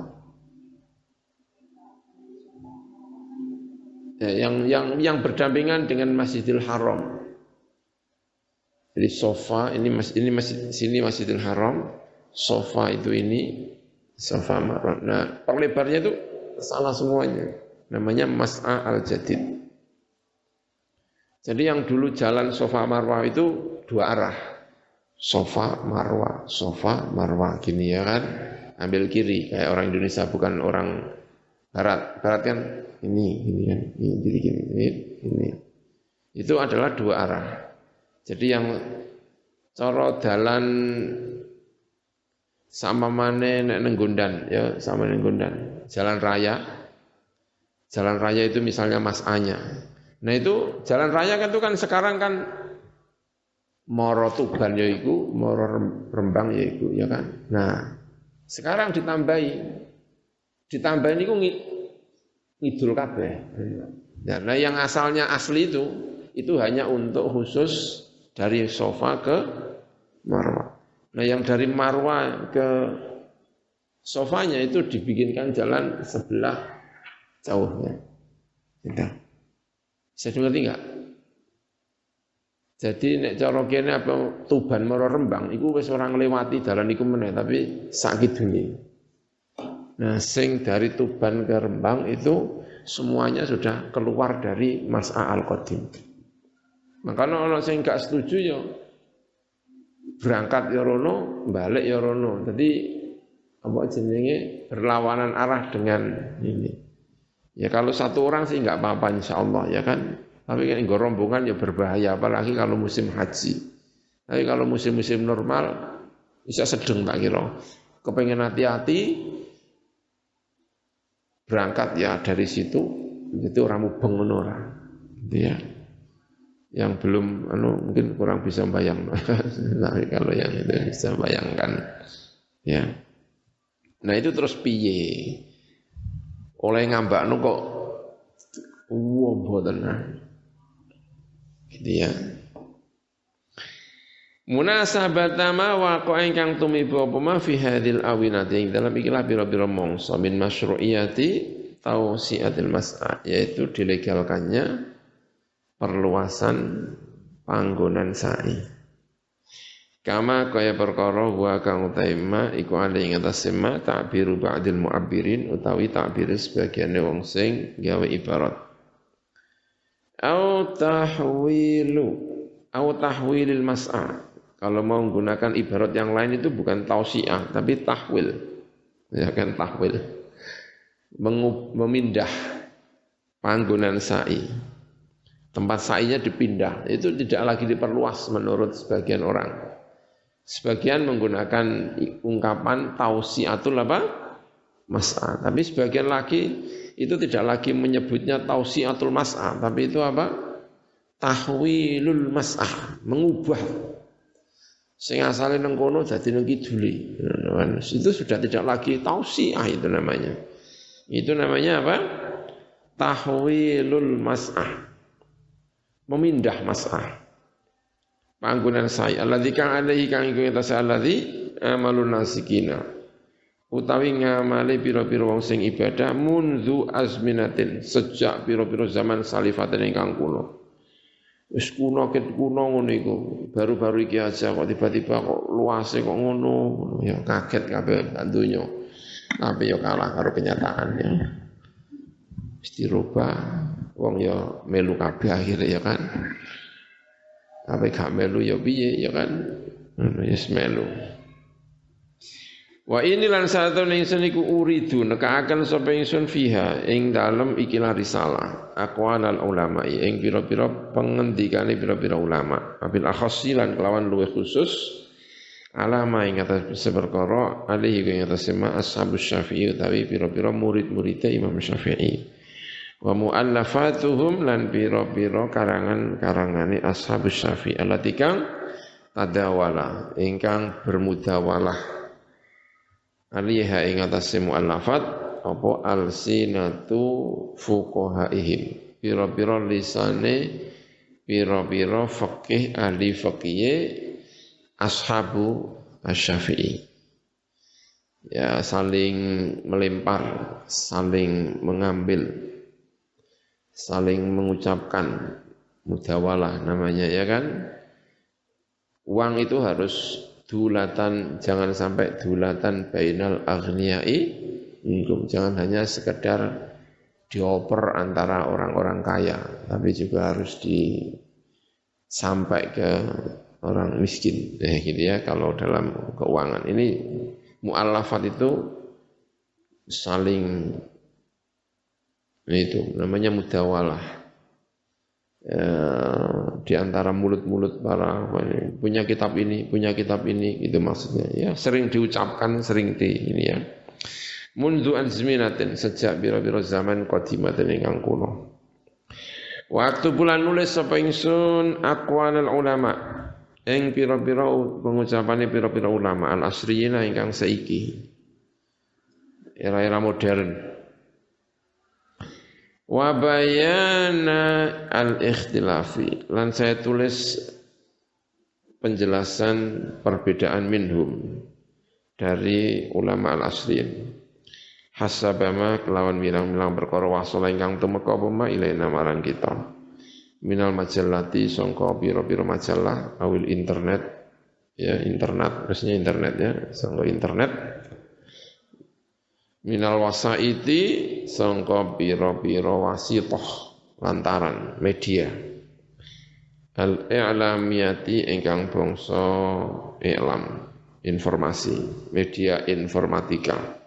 S1: Ya, yang yang yang berdampingan dengan Masjidil Haram. Jadi sofa ini mas ini masjid sini Masjidil Haram, sofa itu ini sofa Marwah. Nah, perlebarnya itu salah semuanya. Namanya Mas'a al-Jadid. Jadi yang dulu jalan sofa Marwah itu dua arah. Sofa Marwah, sofa Marwah gini ya kan. Ambil kiri kayak orang Indonesia bukan orang Barat. Barat kan ini, ini kan, ini jadi gini, ini, ini. Itu adalah dua arah. Jadi yang cara dalan sama mana nek nenggundan ya sama nenggundan jalan raya jalan raya itu misalnya Mas A-nya. Nah itu jalan raya kan itu kan sekarang kan Moro Tuban ya iku, Moro Rembang ya iku ya kan. Nah sekarang ditambahi ditambahi niku ngidul kabeh. Nah yang asalnya asli itu itu hanya untuk khusus dari Sofa ke Marwah. Nah yang dari Marwah ke Sofanya itu dibikinkan jalan sebelah jauhnya. Gitu. Bisa dimengerti enggak? Jadi nek cara kene apa Tuban Moro Rembang iku wis ora nglewati dalan iku meneh tapi sak kidule. Nah sing dari Tuban ke Rembang itu semuanya sudah keluar dari Mas'a Al-Qadim. Makanya orang sing gak setuju ya berangkat ya rono, balik ya rono. Jadi apa jenenge berlawanan arah dengan ini. Ya kalau satu orang sih enggak apa-apa insyaallah ya kan. Tapi kan nggo rombongan ya berbahaya apalagi kalau musim haji. Tapi kalau musim-musim normal bisa sedeng tak kira. Kepengen hati-hati berangkat ya dari situ itu orang mubeng ngono ora. Gitu ya. Yang belum anu mungkin kurang bisa bayang. Tapi kalau yang itu bisa bayangkan ya. Nah itu terus piye? Oleh ngambakno kok wah mboten. Gitu ya. Munasabata ma waqa ingkang tumiba apa ma fi hadil awinati ing dalam ikilah pira-pira mangsa min masyru'iyati tausiatil mas'a yaitu dilegalkannya perluasan panggonan sa'i. Kama kaya perkara wa kang utaima iku ali ing atas sema ta'biru ba'dil mu'abbirin utawi ta'bir sebagian wong sing gawe ibarat. Au tahwilu au tahwilil mas'a. Kalau mau menggunakan ibarat yang lain itu bukan tausiah tapi tahwil. Ya kan tahwil. Mengub, memindah panggonan sa'i. Tempat sa'inya dipindah, itu tidak lagi diperluas menurut sebagian orang. Sebagian menggunakan ungkapan tausiatul apa? Mas'a. Tapi sebagian lagi itu tidak lagi menyebutnya tausiatul mas'a, tapi itu apa? Tahwilul mas'a, mengubah. Sing asale nang kono dadi nang kidule. Itu sudah tidak lagi tausiah itu namanya. Itu namanya apa? Tahwilul mas'ah. Memindah mas'ah. Panggonan sa'i alladzi kang alaihi kang iku atas alladzi amalun nasikina. Utawi ngamali pira-pira wong sing ibadah munzu azminatin sejak pira-pira zaman salifaten ingkang kuno. Wis kuno ket kuno ngono iku. Baru-baru iki aja kok tiba-tiba kok luase kok ngono. Ya kaget kabeh donya. Tapi ya kalah karo kenyataannya. Wis dirubah wong ya melu kabeh akhire ya kan. Apa gak melu ya piye ya kan. Ngono ya melu. Wa ini lan satu ingsun iku uridu nekaaken sapa ingsun fiha ing dalem ikilah risalah aqwalal ulama ing pira-pira pengendikane pira-pira ulama abil akhasilan kelawan luwih khusus alama ing atas seperkara alih ing atas sema ashabus syafi'i utawi pira-pira murid-murid Imam Syafi'i wa muallafatuhum lan pira-pira karangan-karangane ashabus syafi'i allati kang tadawala ingkang bermudawalah alaiha ing atase muallafat apa alsinatu fuqahaihim pira-pira lisane pira-pira fikih ahli fikih ashabu asy-Syafi'i ya saling melempar saling mengambil saling mengucapkan mudawalah namanya ya kan uang itu harus dulatan, jangan sampai dulatan bainal aghniyai minkum, jangan hanya sekedar dioper antara orang-orang kaya, tapi juga harus disampai ke orang miskin. Nah, gitu ya kalau dalam keuangan. Ini mu'allafat itu saling itu namanya mudawalah. eh, di antara mulut-mulut para punya kitab ini, punya kitab ini, itu maksudnya. Ya, sering diucapkan, sering di ini ya. Mundu azminatin, sejak biro-biro zaman qadimatin ingkang kuno. Waktu bulan nulis sapa ingsun aqwalul ulama, ing pira-pira pengucapane pira-pira ulama al-asriyina ingkang saiki. Era-era modern. Wa bayana al-ikhtilafi, lan saya tulis penjelasan perbedaan minhum dari ulama al-asriyin. Hasabama kelawan milang-milang perkara wasala ingkang tumeka apa ma ilaina marang kita. Minal majallati sangka pira-pira majalah awil internet ya internet maksudnya internet ya sangka internet. Minal wasaiti sangka pira-pira wasithah lantaran media. Al-i'lamiyati ingkang bangsa i'lam informasi media informatika.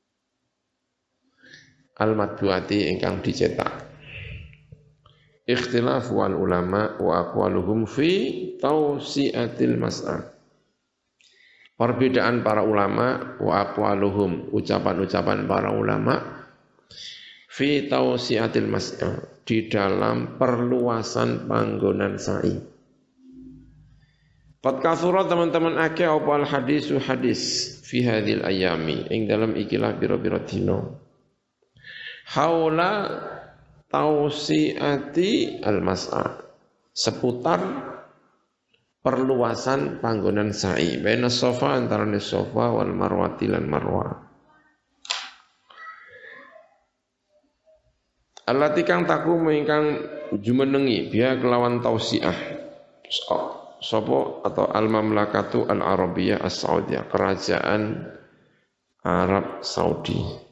S1: Al-madbuati ingkang dicetak. Ikhtilaf wal ulama wa aqwaluhum fi tausiatil mas'al. Perbedaan para ulama wa aqwaluhum, ucapan-ucapan para ulama fi tausiatil mas'al, di dalam perluasan panggonan sa'i. Qad kathura teman-teman akeh apa al hadisu hadis fi hadhil ayami ing dalam ikilah biro-biro dino. Haula tausiati al-mas'a, seputar perluasan panggonan sa'i baina sofa antara sofa wal marwati lan marwah. Allati kang taku ingkang jumenengi biya kelawan tausiah sapa atau al-mamlakatu al-arabiyah as-saudiyah, kerajaan Arab Saudi.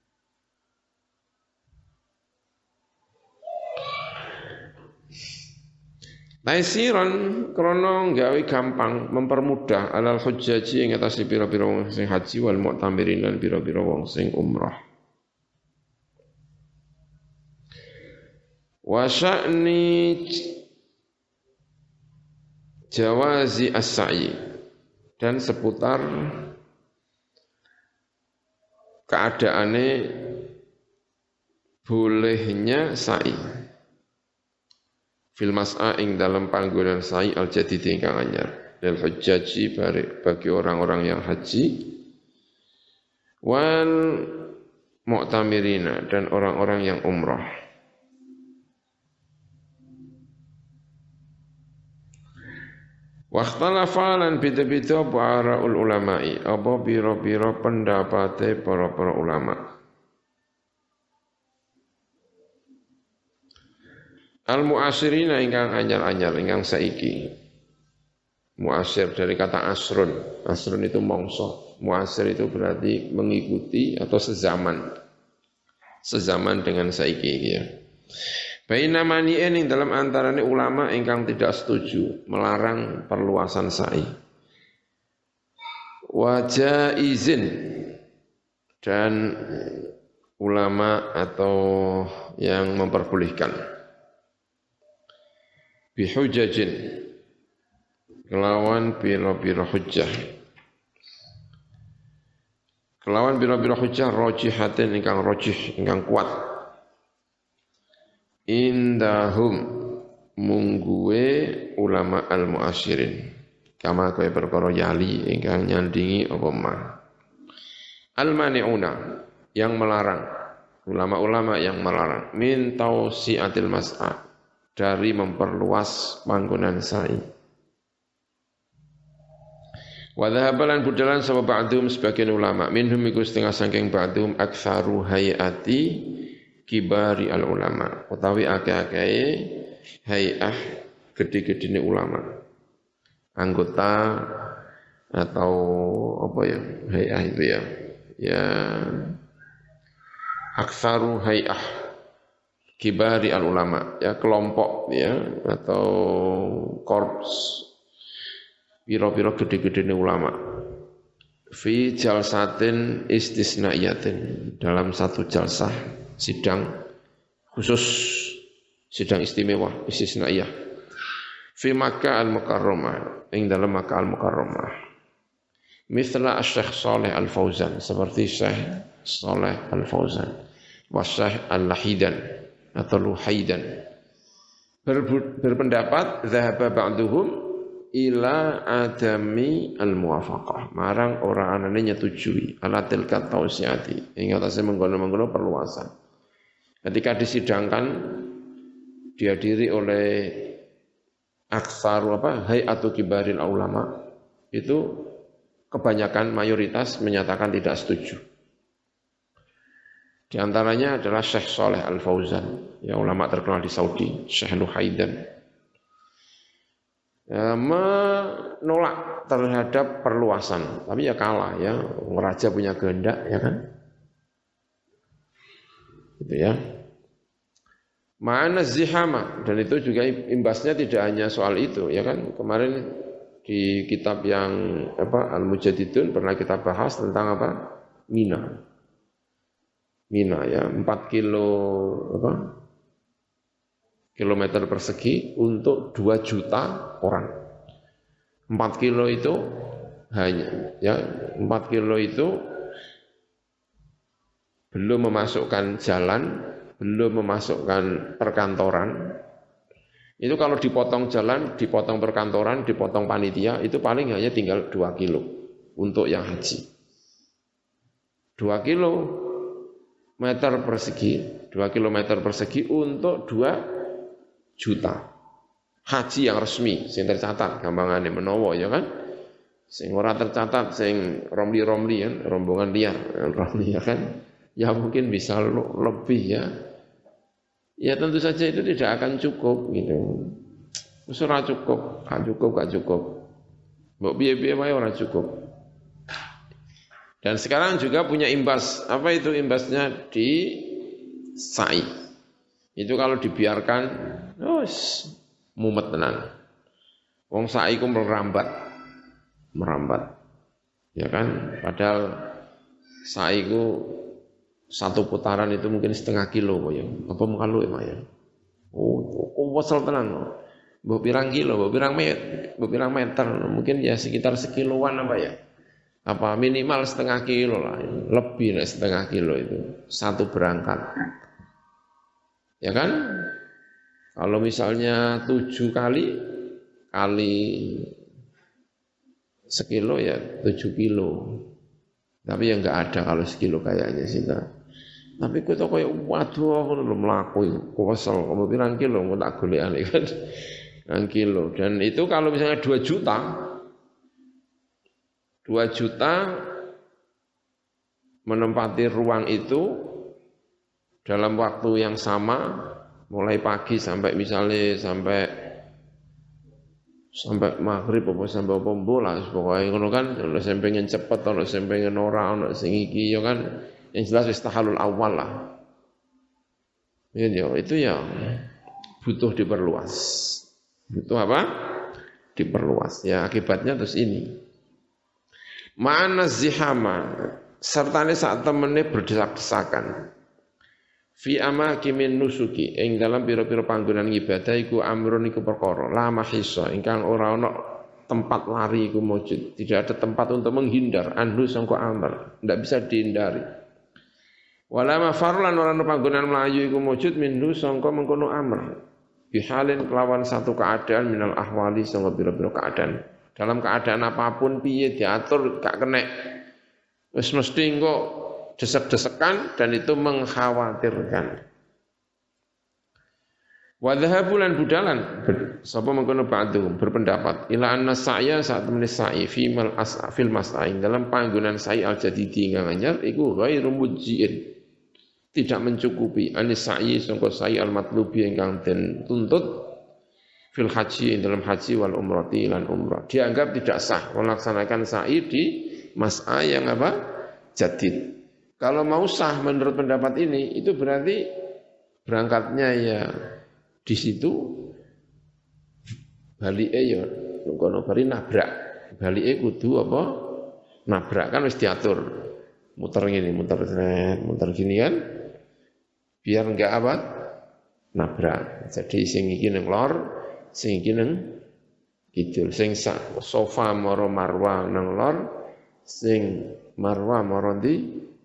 S1: Taisiran krono gawe gampang mempermudah alal hujjaji ing atase pira-pira wong sing haji wal mu'tamirin lan pira-pira wong sing umrah. Wa sya'ni jawazi as-sa'i, dan seputar keadaane bolehnya sa'i. Fil mas'a ing dalam panggonan sa'i al-jadid ingkang anyar lil hujjaji bagi orang-orang yang haji wal mu'tamirina dan orang-orang yang umrah. Wa ikhtalafa lan beda-beda para ulama'i apa pira-pira pendapate para-para ulama. Al-mu'asirina ingkang anyar-anyar ingkang saiki. Mu'asir dari kata asrun. Asrun itu mongso. Mu'asir itu berarti mengikuti atau sezaman. Sezaman dengan saiki ya. Baina mani'in ing dalam antarane ulama ingkang tidak setuju melarang perluasan sa'i. Wa jaizin, dan ulama atau yang memperbolehkan. Bihujajin kelawan pira-pira hujjah, kelawan pira-pira hujjah rajihatin ingkang rajih ingkang kuat indahum mungguwe ulama al-mu'asyirin kama kaya perkara yali ingkang nyandingi apa mah al-mani'una yang melarang, ulama-ulama yang melarang min tausiatil mas'a, dari memperluas panggonan sa'i. Wa dhahabalan budalan sapa ba'dhum sebagian ulama minhum iku setengah saking ba'dhum aktsaru hayati kibari al ulama, utawi akeh-akehe hayah gede-gedene ulama, anggota atau apa ya hayah itu ya ya aktsaru hayah kibari al ulama ya kelompok ya atau korps piro-piro gede-gede ulama fi jalsatin istisnaiyatin, dalam satu jalsah sidang khusus sidang istimewa istisnaiyah fi Makkah al-Mukarramah ing dalam Makkah al-Mukarramah mithla Syekh Saleh Al-Fauzan seperti Syekh Saleh Al-Fauzan wa Syekh Al-Lahidan atau Luhaidan Ber, berpendapat zahaba ba'duhum ila adami al-muwafaqah marang ora anane nyetujui ala tilkat tausiati ing atase mengkono-mengkono perluasan ketika disidangkan dihadiri oleh aksaru apa hay'atu kibaril ulama itu kebanyakan mayoritas menyatakan tidak setuju. Di antaranya adalah Syekh Saleh Al-Fauzan, yang ulama terkenal di Saudi, Syekh Luhaidan. Ya, menolak terhadap perluasan, tapi ya kalah ya, raja punya kehendak ya kan. Gitu ya. Ma'ana zihama, dan itu juga imbasnya tidak hanya soal itu ya kan. Kemarin di kitab yang apa Al-Mujaddidun pernah kita bahas tentang apa? Mina. Mina ya, empat kilo apa? Kilometer persegi untuk dua juta orang. empat kilo itu hanya ya, empat kilo itu belum memasukkan jalan, belum memasukkan perkantoran. Itu kalau dipotong jalan, dipotong perkantoran, dipotong panitia, itu paling hanya tinggal dua kilo untuk yang haji. dua kilo meter persegi, dua kilometer persegi untuk dua juta. Haji yang resmi, sing tercatat, gampangane menawa ya kan. Sing ora tercatat, sing romli-romli kan, rombongan liar, romli ya kan. Ya mungkin bisa lebih ya. Ya tentu saja itu tidak akan cukup gitu. Wis ora cukup, gak cukup, gak cukup. Mbok piye-piye wae ora cukup. Dan sekarang juga punya imbas. Apa itu imbasnya? Di sa'i. Itu kalau dibiarkan, terus mumet tenan. Wong sa'i ku merambat. Merambat. Ya kan? Padahal sa'i ku satu putaran itu mungkin setengah kilo ya. Apa mengkalu emang ya? Oh, oh wasal tenan. Mbok pirang kilo, mbok pirang meter, mbok pirang meter, mungkin ya sekitar sekiloan apa ya? Apa minimal setengah kilo lah, lebih dari setengah kilo itu satu berangkat, ya kan? Kalau misalnya tujuh kali kali sekilo ya tujuh kilo, tapi yang enggak ada kalau sekilo kayaknya sih tak. Tapi kita kayak waduh aku belum melaku, kosel, kamu bilang kilo, aku tak golek aneh kan, yang kilo. Dan itu kalau misalnya dua juta. Dua juta menempati ruang itu dalam waktu yang sama, mulai pagi sampai misalnya sampai sampai maghrib apa sampai apa bola, pokoknya ngono kan, ono sing pengen cepet, ono sing pengen ora, ono sing iki ya kan, yang jelas wis tahalul awal lah. Ya, itu ya butuh diperluas. Butuh apa? Diperluas. Ya akibatnya terus ini. Ma'ana zihama sertane saat temene berdesak-desakan fi amakimin nusuki ing dalam pira-pira panggonan ibadah iku amrun iku perkara la mahisa ingkang ora ana tempat lari iku mujud, tidak ada tempat untuk menghindar anhu sangka amr, ndak bisa dihindari. Wala mafar lan ora ana panggonan mlayu iku mujud minhu sangka mengkono amr bihalin kelawan satu keadaan minal ahwali sangka pira-pira keadaan. Dalam keadaan apapun piye diatur gak kena. Wis mesti engko desek-desekan dan itu mengkhawatirkan. Wa dhahabulan budalan sapa mengkono ba'du berpendapat ila anna sa'ya saat temene sa'i fi mal as'afil mas'ain dalam panggonan sa'i al-jadidi kang anyar iku ghairu mujziin. Tidak mencukupi anis sa'i sangka sa'i al-matlubi ingkang den tuntut fil haji dalam haji wal umrati lan umrah. Dianggap tidak sah melaksanakan sa'i di mas'a yang apa? Jadid. Kalau mau sah menurut pendapat ini itu berarti berangkatnya ya di situ balike ya kono bari nabrak. Balike kudu apa? Nabrak kan wis diatur. Muter gini, muter muter gini kan. Biar enggak apa? nabrak. Jadi sing iki ning lor, sing iki ning kidul. Sing sofa maro marwa nang lor, sing marwa maro ndi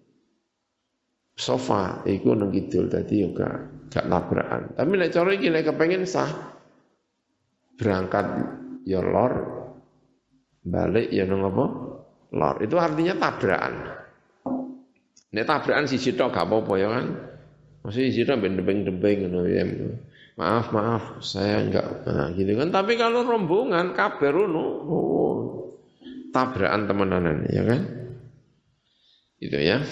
S1: sofa iku nang kidul. Dadi yo gak gak tabrakan. Tapi nek cara iki nek kepengin sah berangkat ya lor, balik ya nang apa? Lor. Itu artinya tabrakan. Nek tabrakan siji tok gak apa-apa ya kan. Masih siji tok bendeng-bendeng ngono ya. Maaf, maaf, saya enggak nah, gitu kan. Tapi kalau rombongan kabeh ngono, oh, tabrakan temenanan ya kan. Gitu ya.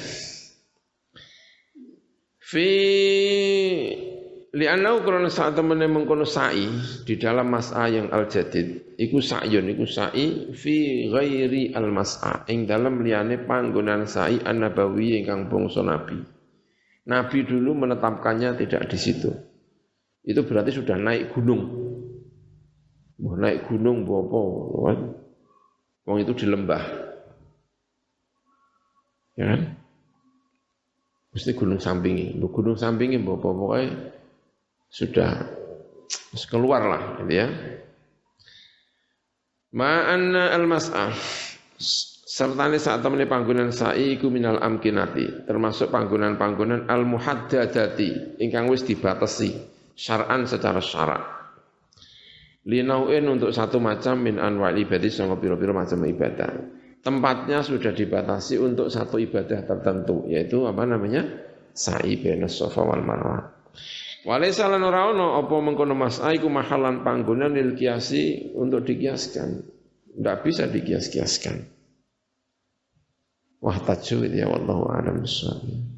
S1: Fi li'annahu karena saat temene mengkono sa'i di dalam mas'a yang al-jadid iku sa'yun iku sa'i fi ghairi al-mas'a ing dalam liyane panggonan sa'i an-nabawi ingkang bangsa nabi. Nabi dulu menetapkannya tidak di situ. Itu berarti sudah naik gunung. Mau naik gunung apa? Wong itu di lembah. Ya kan? Mesti gunung sampingi. Lu gunung sampingi apa pokoknya sudah keluar lah gitu ya. Ma'anna al-mas'ah sertane saat temene panggonan sa'i iku minal amkinati termasuk panggonan-panggonan al-muhaddadati ingkang wis dibatasi syar'an secara syarak. Linauin untuk satu macam min anwa'il ibadah sanga pira-pira macam ibadah. Tempatnya sudah dibatasi untuk satu ibadah tertentu yaitu apa namanya? Sa'i bainas Shafa wal Marwah. Walaysa lan ora ana apa mengkono mas'a iku mahalan panggonan lil kiasi untuk dikiaskan. Enggak bisa dikias-kiaskan. Wah tajwid ya wallahu a'lam bissawab.